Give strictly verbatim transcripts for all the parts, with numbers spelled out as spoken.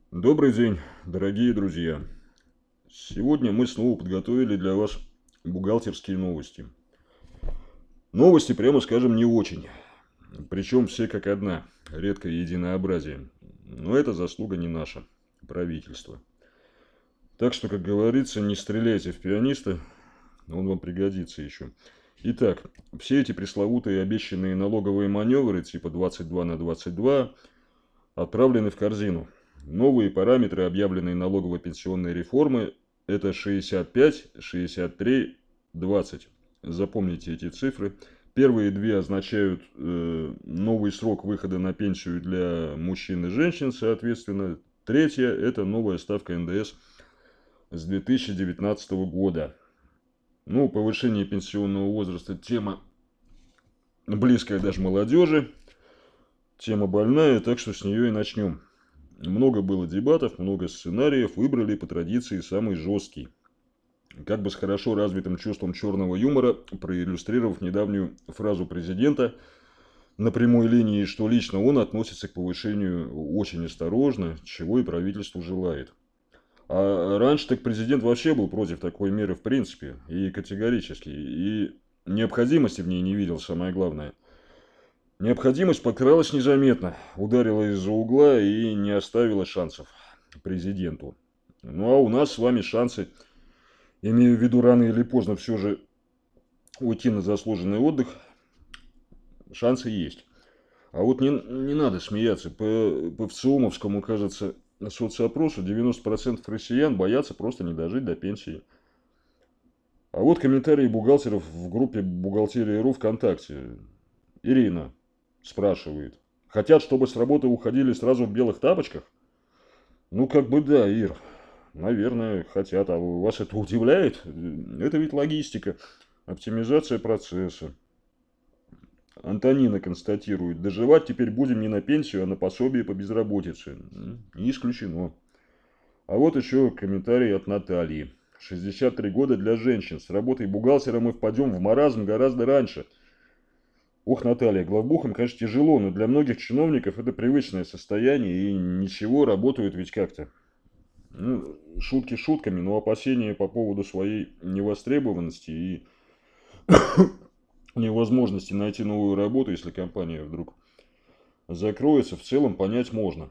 Добрый день, дорогие друзья! Сегодня мы снова подготовили для вас бухгалтерские новости. Новости, прямо скажем, не очень. Причем все как одна, редкое единообразие. Но это заслуга не наша, правительства. Так что, как говорится, не стреляйте в пианиста, он вам пригодится еще. Итак, все эти пресловутые обещанные налоговые маневры типа двадцать два на двадцать два отправлены в корзину. Новые параметры объявленной налоговой пенсионной реформы – это шестьдесят пять, шестьдесят три, двадцать. Запомните эти цифры. Первые две означают э, новый срок выхода на пенсию для мужчин и женщин, соответственно. Третья – это новая ставка эн дэ эс с две тысячи девятнадцатого года. Ну, повышение пенсионного возраста – тема близкая даже молодежи. Тема больная, так что с нее и начнем. Много было дебатов, много сценариев, выбрали по традиции самый жесткий. Как бы с хорошо развитым чувством черного юмора, проиллюстрировав недавнюю фразу президента на прямой линии, что лично он относится к повышению очень осторожно, чего и правительству желает. А раньше так президент вообще был против такой меры в принципе, и категорически, и необходимости в ней не видел, самое главное. Необходимость подкралась незаметно, ударила из-за угла и не оставила шансов президенту. Ну а у нас с вами шансы, имею в виду рано или поздно все же уйти на заслуженный отдых, шансы есть. А вот не, не надо смеяться. По, по ВЦИОМовскому, кажется, соцопросу девяносто процентов россиян боятся просто не дожить до пенсии. А вот комментарии бухгалтеров в группе «Бухгалтерия.ру» ВКонтакте. Ирина спрашивает. Хотят, чтобы с работы уходили сразу в белых тапочках? Ну, как бы да, Ир. Наверное, хотят. А вас это удивляет? Это ведь логистика. Оптимизация процесса. Антонина констатирует. Доживать теперь будем не на пенсию, а на пособие по безработице. Не исключено. А вот еще комментарий от Натальи. шестьдесят три года для женщин. С работой бухгалтера мы впадем в маразм гораздо раньше. Ох, Наталья, главбухам, конечно, тяжело, но для многих чиновников это привычное состояние, и ничего, работают ведь как-то. Ну, шутки шутками, но опасения по поводу своей невостребованности и невозможности найти новую работу, если компания вдруг закроется, в целом понять можно.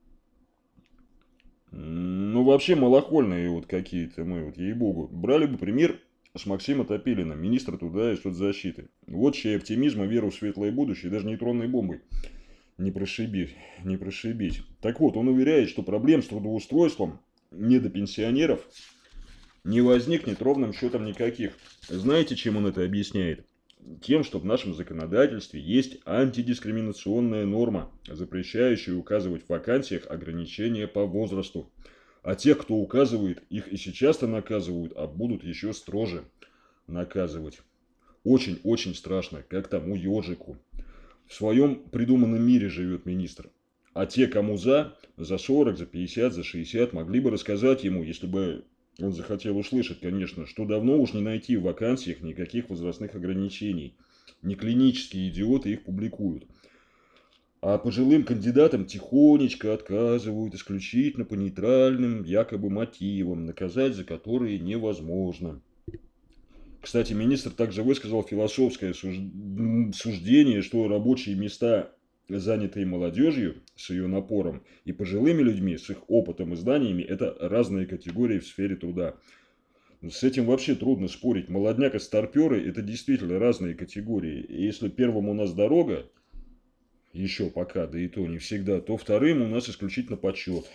Ну, вообще малохольные вот какие-то мы, вот ей-богу. Брали бы пример с Максима Топилина, министра труда и соцзащиты. Вот чей оптимизм и веру в светлое будущее даже нейтронной бомбой не прошибить, не прошибить. Так вот, он уверяет, что проблем с трудоустройством недопенсионеров не возникнет ровным счетом никаких. Знаете, чем он это объясняет? Тем, что в нашем законодательстве есть антидискриминационная норма, запрещающая указывать в вакансиях ограничения по возрасту. А тех, кто указывает, их и сейчас-то наказывают, а будут еще строже наказывать. Очень-очень страшно, как тому ежику. В своем придуманном мире живет министр. А те, кому за, за сорок, за пятьдесят, за шестьдесят, могли бы рассказать ему, если бы он захотел услышать, конечно, что давно уж не найти в вакансиях никаких возрастных ограничений. Не клинические идиоты их публикуют. А пожилым кандидатам тихонечко отказывают исключительно по нейтральным якобы мотивам, наказать за которые невозможно. Кстати, министр также высказал философское суждение, что рабочие места, занятые молодежью с ее напором, и пожилыми людьми с их опытом и знаниями, это разные категории в сфере труда. С этим вообще трудно спорить. Молодняк и старперы – это действительно разные категории. И если первым у нас дорога, еще пока, да и то не всегда, то вторым у нас исключительно почет.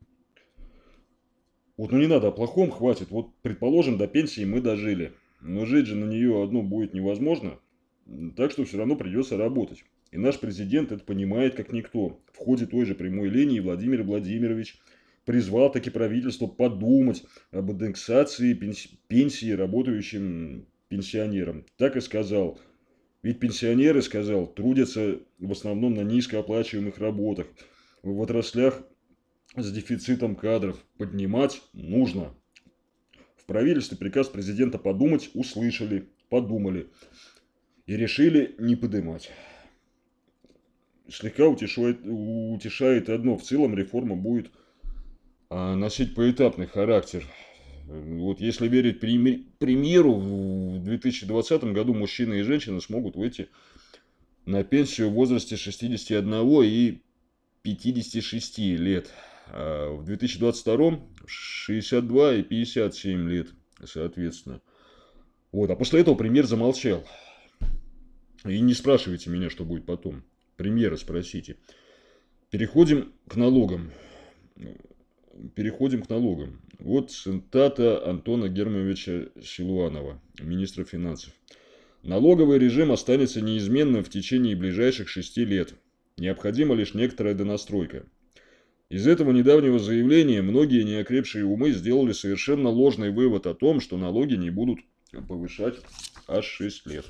Вот, ну не надо о плохом, хватит. Вот, предположим, до пенсии мы дожили. Но жить же на нее одну будет невозможно. Так что все равно придется работать. И наш президент это понимает как никто. В ходе той же прямой линии Владимир Владимирович призвал таки правительство подумать об индексации пенсии работающим пенсионерам. Так и сказал. Ведь пенсионеры, сказал, трудятся в основном на низкооплачиваемых работах, в отраслях с дефицитом кадров. Поднимать нужно. В правительстве приказ президента подумать услышали, подумали и решили не поднимать. Слегка утешает, утешает одно. В целом реформа будет носить поэтапный характер. Вот если верить премьеру, в две тысячи двадцатом году мужчины и женщины смогут выйти на пенсию в возрасте шестидесяти одного и пятидесяти шести лет. А в две тысячи двадцать втором шестьдесят два и пятьдесят семь лет, соответственно. Вот. А после этого премьер замолчал. И не спрашивайте меня, что будет потом. Премьера спросите. Переходим к налогам. Переходим к налогам. Вот цитата Антона Германовича Силуанова, министра финансов. Налоговый режим останется неизменным в течение ближайших шести лет. Необходима лишь некоторая донастройка. Из этого недавнего заявления многие неокрепшие умы сделали совершенно ложный вывод о том, что налоги не будут повышать аж шесть лет.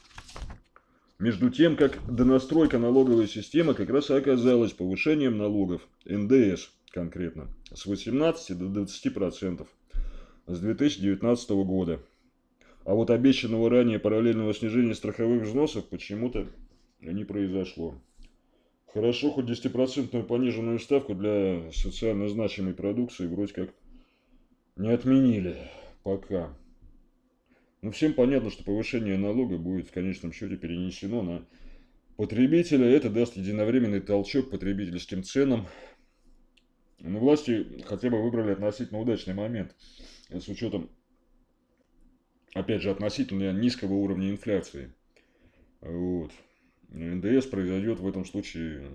Между тем, как донастройка налоговой системы как раз и оказалась повышением налогов, эн дэ эс конкретно, с восемнадцати до двадцати процентов с две тысячи девятнадцатого года. А вот обещанного ранее параллельного снижения страховых взносов почему-то не произошло. Хорошо, хоть десятипроцентную пониженную ставку для социально значимой продукции вроде как не отменили пока. Но всем понятно, что повышение налога будет в конечном счете перенесено на потребителя. Это даст единовременный толчок потребительским ценам. Но власти хотя бы выбрали относительно удачный момент, с учетом, опять же, относительно низкого уровня инфляции. Вот. эн дэ эс произойдет в этом случае,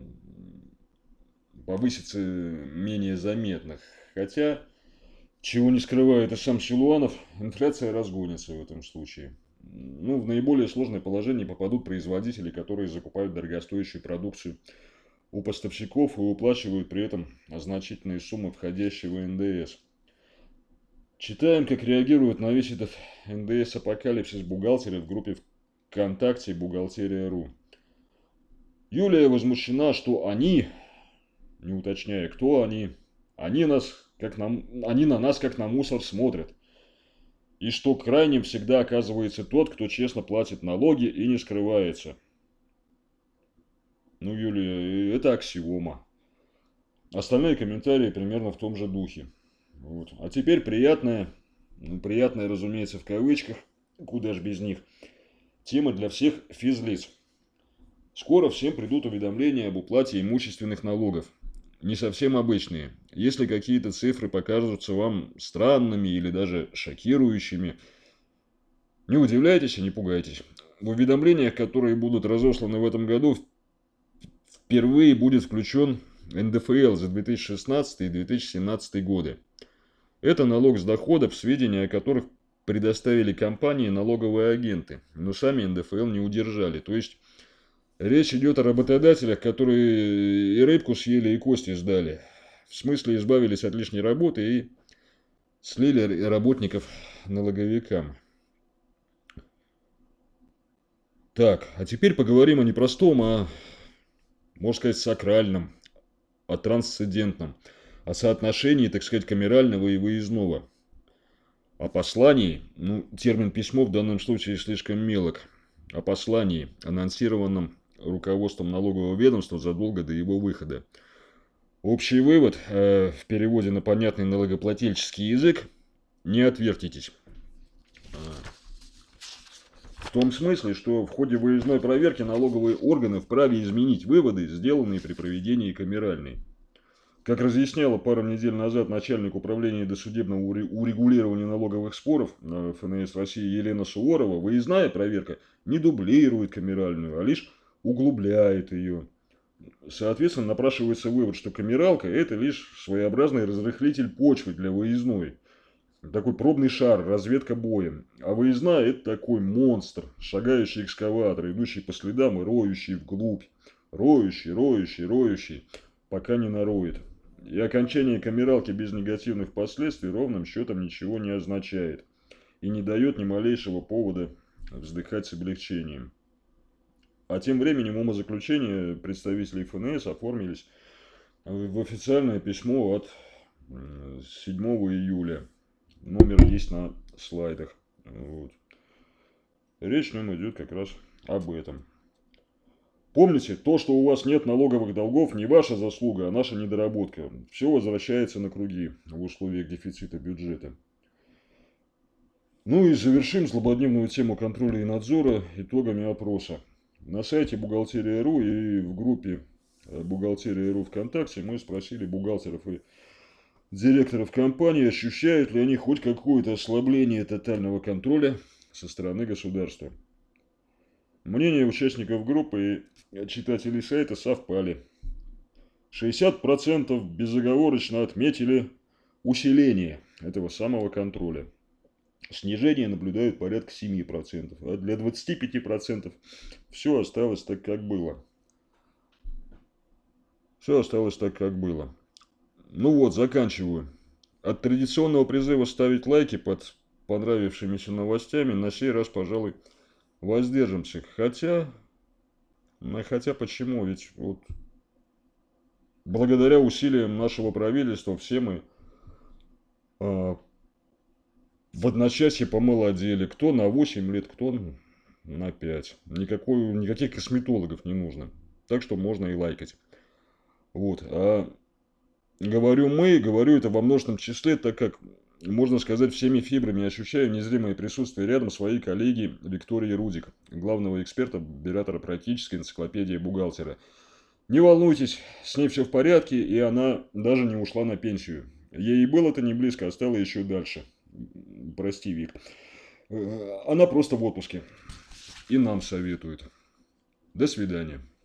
повысится менее заметно. Хотя, чего не скрывает и сам Силуанов, инфляция разгонится в этом случае. Ну, в наиболее сложное положение попадут производители, которые закупают дорогостоящую продукцию у поставщиков и уплачивают при этом значительные суммы входящего эн дэ эс. Читаем, как реагируют на весь этот эн дэ эс-апокалипсис бухгалтеры в группе ВКонтакте «Бухгалтерия.ру». Юлия возмущена, что они, не уточняя, кто они, они, нас, как на, они на нас как на мусор смотрят. И что крайним всегда оказывается тот, кто честно платит налоги и не скрывается. Ну, Юлия, это аксиома. Остальные комментарии примерно в том же духе. Вот. А теперь приятная, ну, приятная, разумеется, в кавычках, куда ж без них, тема для всех физлиц. Скоро всем придут уведомления об уплате имущественных налогов. Не совсем обычные. Если какие-то цифры покажутся вам странными или даже шокирующими, не удивляйтесь и не пугайтесь. В уведомлениях, которые будут разосланы в этом году, впервые будет включен эн дэ эф эл за две тысячи шестнадцатый и две тысячи семнадцатый годы. Это налог с доходов, сведения о которых предоставили компании и налоговые агенты, но сами эн дэ эф эл не удержали. То есть речь идет о работодателях, которые и рыбку съели, и кости сдали. В смысле, избавились от лишней работы и слили работников налоговикам. Так, а теперь поговорим о непростом, а, можно сказать, сакральном, о трансцендентном, о соотношении, так сказать, камерального и выездного. О послании, ну, термин «письмо» в данном случае слишком мелок, о послании, анонсированном руководством налогового ведомства задолго до его выхода. Общий вывод, э, в переводе на понятный налогоплательческий язык, не отвертитесь. В том смысле, что в ходе выездной проверки налоговые органы вправе изменить выводы, сделанные при проведении камеральной. Как разъясняла пару недель назад начальник управления досудебного урегулирования налоговых споров на эф эн эс России Елена Суворова, выездная проверка не дублирует камеральную, а лишь углубляет ее. Соответственно, напрашивается вывод, что камералка – это лишь своеобразный разрыхлитель почвы для выездной. Такой пробный шар, разведка боем. А выездная – это такой монстр, шагающий экскаватор, идущий по следам и роющий вглубь. Роющий, роющий, роющий, пока не нароет. И окончание камералки без негативных последствий ровным счетом ничего не означает. И не дает ни малейшего повода вздыхать с облегчением. А тем временем умозаключения представителей эф эн эс оформились в официальное письмо от седьмого июля. Номер есть на слайдах. Вот. Речь в нем идет как раз об этом. Помните, то, что у вас нет налоговых долгов, не ваша заслуга, а наша недоработка. Все возвращается на круги в условиях дефицита бюджета. Ну и завершим злободневную тему контроля и надзора итогами опроса. На сайте Бухгалтерия.ру и в группе Бухгалтерия.ру ВКонтакте мы спросили бухгалтеров и директоров компаний, ощущают ли они хоть какое-то ослабление тотального контроля со стороны государства. Мнения участников группы и читателей сайта совпали. шестьдесят процентов безоговорочно отметили усиление этого самого контроля. Снижение наблюдают порядка семи процентов, а для двадцати пяти процентов все осталось так, как было. Все осталось так, как было. Ну вот, заканчиваю. От традиционного призыва ставить лайки под понравившимися новостями на сей раз, пожалуй, воздержимся. Хотя, хотя почему? Ведь вот благодаря усилиям нашего правительства все мы а, в одночасье помолодели. Кто на восемь лет, кто на пять. Никакой, никаких косметологов не нужно. Так что можно и лайкать. Вот. А говорю мы, говорю это во множественном числе, так как, можно сказать, всеми фибрами ощущаю незримое присутствие рядом своей коллеги Виктории Рудик, главного эксперта, оператора практической энциклопедии бухгалтера. Не волнуйтесь, с ней все в порядке, и она даже не ушла на пенсию. Ей было это не близко, а стало еще дальше. Прости, Вик. Она просто в отпуске. И нам советует. До свидания.